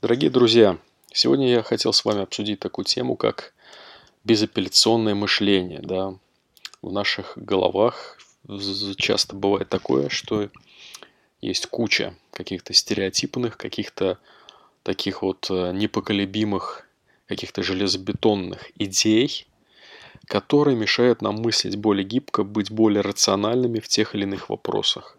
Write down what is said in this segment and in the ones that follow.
Дорогие друзья, сегодня я хотел с вами обсудить такую тему, как безапелляционное мышление. Да. В наших головах часто бывает такое, что есть куча каких-то стереотипных, каких-то таких вот непоколебимых, каких-то железобетонных идей, которые мешают нам мыслить более гибко, быть более рациональными в тех или иных вопросах.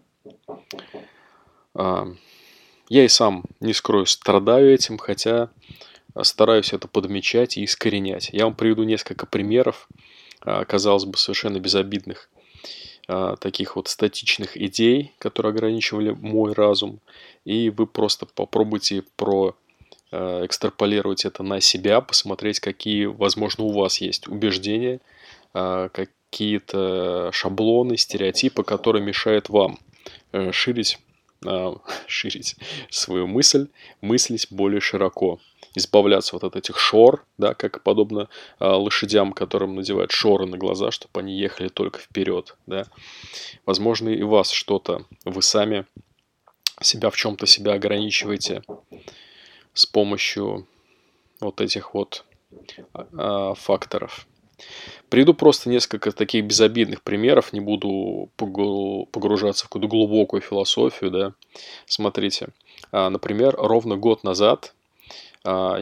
А, Я и сам, не скрою, страдаю этим, хотя стараюсь это подмечать и искоренять. Я вам приведу несколько примеров, казалось бы, совершенно безобидных, таких вот статичных идей, которые ограничивали мой разум. И вы просто попробуйте экстраполировать это на себя, посмотреть, какие, возможно, у вас есть убеждения, какие-то шаблоны, стереотипы, которые мешают вам ширить ширить свою мысль, мыслить более широко, избавляться вот от этих шор, да, как подобно лошадям, которым надевают шоры на глаза, чтобы они ехали только вперед, да. Возможно, и вас что-то, вы сами себя ограничиваете с помощью вот этих вот факторов. Приведу просто несколько таких безобидных примеров, не буду погружаться в какую-то глубокую философию, да. Смотрите, например, ровно год назад у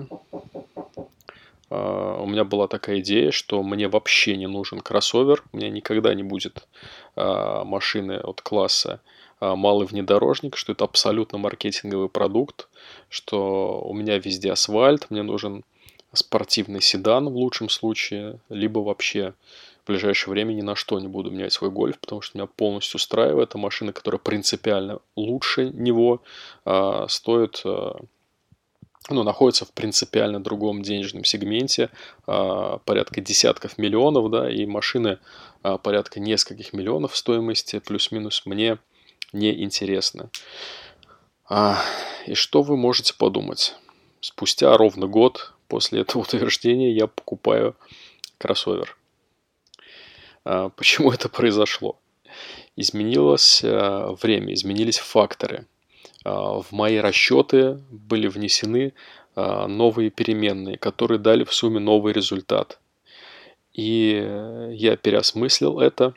меня была такая идея, что мне вообще не нужен кроссовер, у меня никогда не будет машины от класса малый внедорожник, что это абсолютно маркетинговый продукт, что у меня везде асфальт, мне нужен спортивный седан в лучшем случае, либо вообще в ближайшее время ни на что не буду менять свой гольф, потому что меня полностью устраивает. Это машина, которая принципиально лучше него, стоит, находится в принципиально другом денежном сегменте, порядка десятков миллионов, да, и машины порядка нескольких миллионов стоимости, плюс-минус, мне не интересны. И что вы можете подумать? Спустя ровно год после этого утверждения я покупаю кроссовер. Почему это произошло? Изменилось время, изменились факторы. В мои расчеты были внесены новые переменные, которые дали в сумме новый результат. И я переосмыслил это.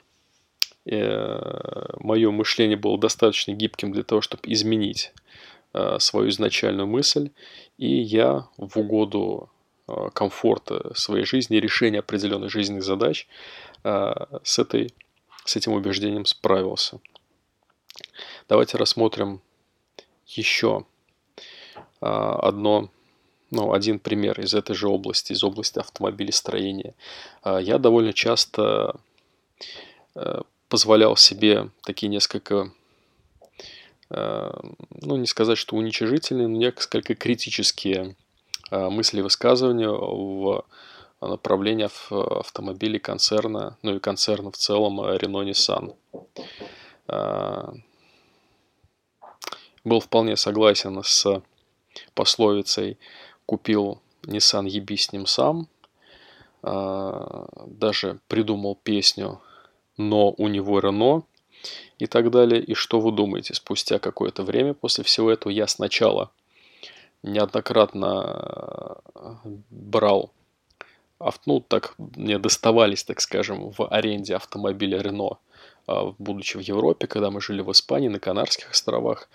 Мое мышление было достаточно гибким для того, чтобы изменить свою изначальную мысль. И я в угоду комфорта своей жизни, решения определенных жизненных задач с этим убеждением справился. Давайте рассмотрим еще один пример из этой же области, из области автомобилестроения. Я довольно часто позволял себе такие несколько, не сказать, что уничижительные, но несколько критические мысли и высказывания в направлении автомобилей концерна, и концерна в целом Renault-Nissan. Был вполне согласен с пословицей «купил Nissan, еби с ним сам». Даже придумал песню «Но у него Renault» и так далее. И что вы думаете? Спустя какое-то время после всего этого я сначала неоднократно брал мне доставались, так скажем, в аренде автомобиля Renault, будучи в Европе, когда мы жили в Испании, на Канарских островах.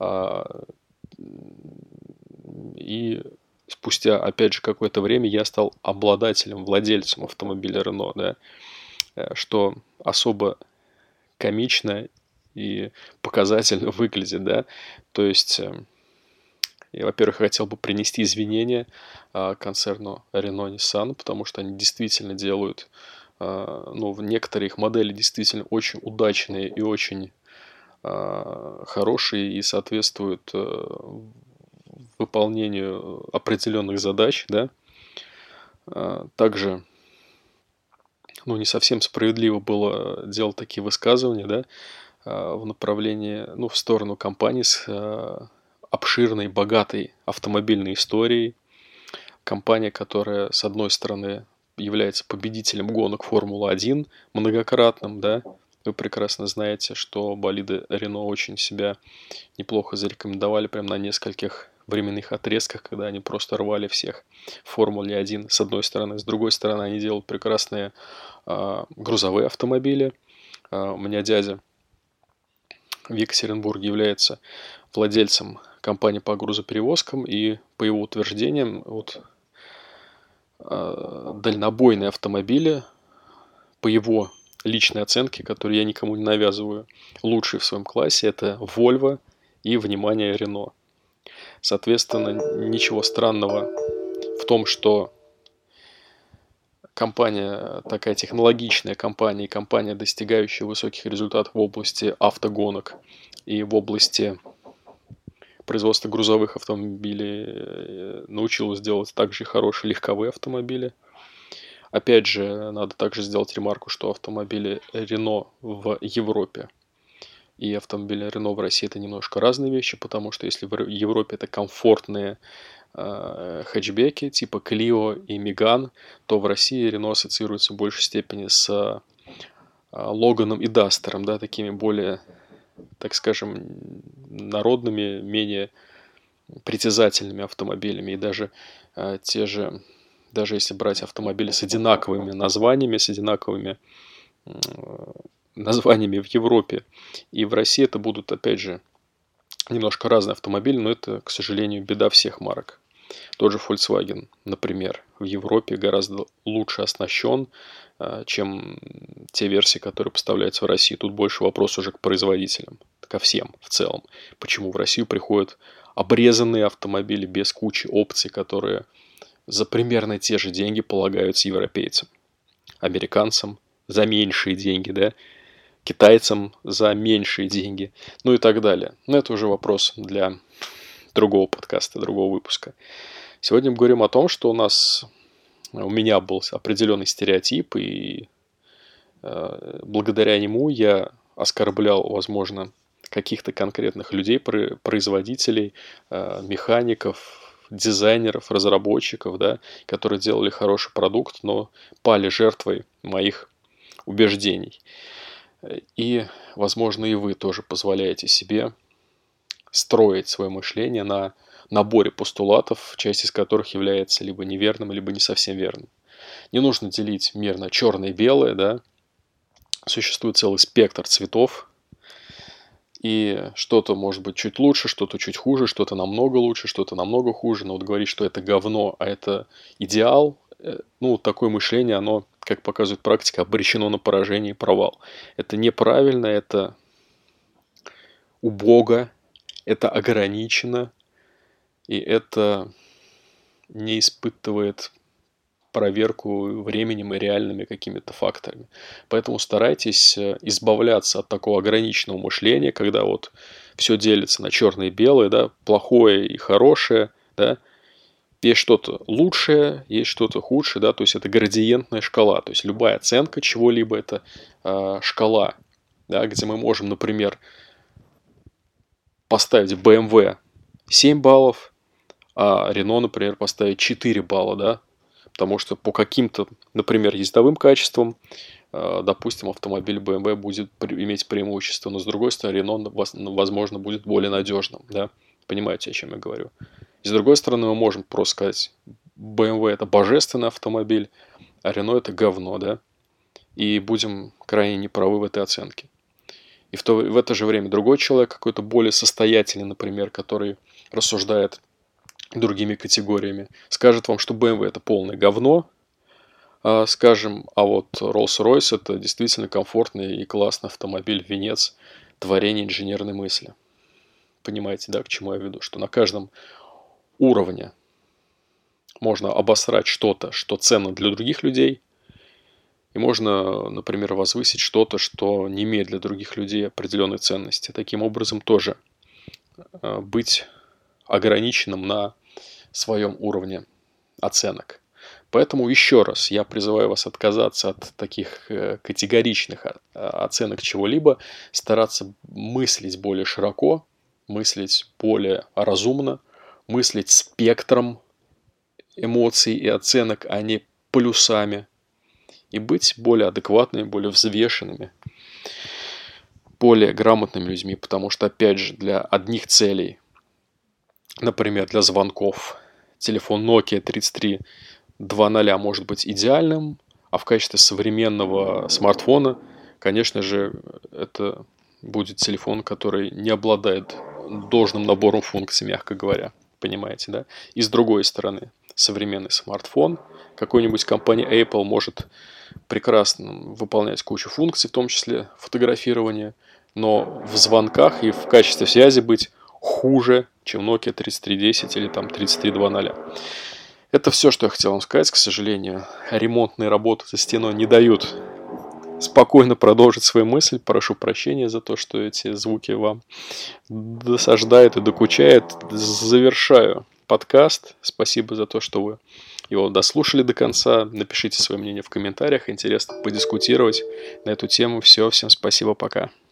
И спустя, опять же, какое-то время я стал обладателем, владельцем автомобиля Renault, да, что особо комично и показательно выглядит, да. То есть, я, во-первых, хотел бы принести извинения концерну Renault-Nissan, потому что они действительно делают, некоторые их модели действительно очень удачные и очень хорошие и соответствуют выполнению определенных задач, да. Также, не совсем справедливо было делать такие высказывания, да, в направлении, в сторону компании с обширной, богатой автомобильной историей. Компания, которая, с одной стороны, является победителем гонок Формулы-1 многократным, да. Вы прекрасно знаете, что болиды Renault очень себя неплохо зарекомендовали прямо на нескольких временных отрезках, когда они просто рвали всех в Формуле-1 с одной стороны. С другой стороны, они делают прекрасные грузовые автомобили. У меня дядя в Екатеринбурге является владельцем компании по грузоперевозкам, и по его утверждениям, вот, дальнобойные автомобили, по его личной оценке, которую я никому не навязываю, лучшие в своем классе — это Volvo и, внимание, Renault. Соответственно, ничего странного в том, что компания, такая технологичная компания, и компания, достигающая высоких результатов в области автогонок и в области производства грузовых автомобилей, научилась делать также хорошие легковые автомобили. Опять же, надо также сделать ремарку, что автомобили Renault в Европе и автомобили Renault в России — это немножко разные вещи, потому что если в Европе это комфортные хэтчбеки типа Clio и Megane, то в России Renault ассоциируется в большей степени с Логаном и Дастером, да, такими более, так скажем, народными, менее притязательными автомобилями. И даже даже если брать автомобили с одинаковыми названиями, с одинаковыми названиями в Европе и в России, это будут, опять же, немножко разные автомобили, но это, к сожалению, беда всех марок. Тот же Volkswagen, например, в Европе гораздо лучше оснащен, чем те версии, которые поставляются в России. Тут больше вопрос уже к производителям, ко всем в целом. Почему в Россию приходят обрезанные автомобили без кучи опций, которые за примерно те же деньги полагаются европейцам, американцам за меньшие деньги, да, китайцам за меньшие деньги, ну и так далее. Но это уже вопрос для другого подкаста, другого выпуска. Сегодня мы говорим о том, что у меня был определенный стереотип, и благодаря нему я оскорблял, возможно, каких-то конкретных людей, производителей, механиков, дизайнеров, разработчиков, да, которые делали хороший продукт, но пали жертвой моих убеждений. И, возможно, и вы тоже позволяете себе строить свое мышление на наборе постулатов, часть из которых является либо неверным, либо не совсем верным. Не нужно делить мир на черное и белое, да. Существует целый спектр цветов, и что-то может быть чуть лучше, что-то чуть хуже, что-то намного лучше, что-то намного хуже. Но вот говорить, что это говно, а это идеал, ну, такое мышление, оно, как показывает практика, обречено на поражение и провал. Это неправильно, это убого, это ограничено, и это не испытывает проверку временем и реальными какими-то факторами. Поэтому старайтесь избавляться от такого ограниченного мышления, когда вот все делится на черное и белое, да, плохое и хорошее, да. Есть что-то лучшее, есть что-то худшее, да, то есть это градиентная шкала. То есть любая оценка чего-либо — это шкала, да, где мы можем, например, поставить BMW 7 баллов, а Renault, например, поставить 4 балла, да. Потому что по каким-то, например, ездовым качествам, допустим, автомобиль BMW будет иметь преимущество, но с другой стороны, Renault, возможно, будет более надежным, да? Понимаете, о чем я говорю? И с другой стороны, мы можем просто сказать, BMW это божественный автомобиль, а Renault это говно, да? И будем крайне неправы в этой оценке. И в это же время другой человек, какой-то более состоятельный, например, который рассуждает другими категориями, скажет вам, что BMW это полное говно, скажем, а вот Rolls-Royce это действительно комфортный и классный автомобиль, венец творения инженерной мысли. Понимаете, да, к чему я веду? Что на каждом уровне можно обосрать что-то, что ценно для других людей, и можно, например, возвысить что-то, что не имеет для других людей определенной ценности. Таким образом тоже быть ограниченным на своем уровне оценок. Поэтому еще раз я призываю вас отказаться от таких категоричных оценок чего-либо, стараться мыслить более широко, мыслить более разумно, мыслить спектром эмоций и оценок, а не полюсами, и быть более адекватными, более взвешенными, более грамотными людьми, потому что, опять же, для одних целей Например, для звонков телефон Nokia 3300 может быть идеальным, а в качестве современного смартфона, конечно же, это будет телефон, который не обладает должным набором функций, мягко говоря. Понимаете, да? И с другой стороны, современный смартфон какой-нибудь компании Apple может прекрасно выполнять кучу функций, в том числе фотографирование, но в звонках и в качестве связи быть хуже, чем Nokia 3310 или там 3300. Это все, что я хотел вам сказать. К сожалению, ремонтные работы за стеной не дают спокойно продолжить свою мысль. Прошу прощения за то, что эти звуки вам досаждают и докучают. Завершаю подкаст. Спасибо за то, что вы его дослушали до конца. Напишите свое мнение в комментариях. Интересно подискутировать на эту тему. Все, всем спасибо, пока.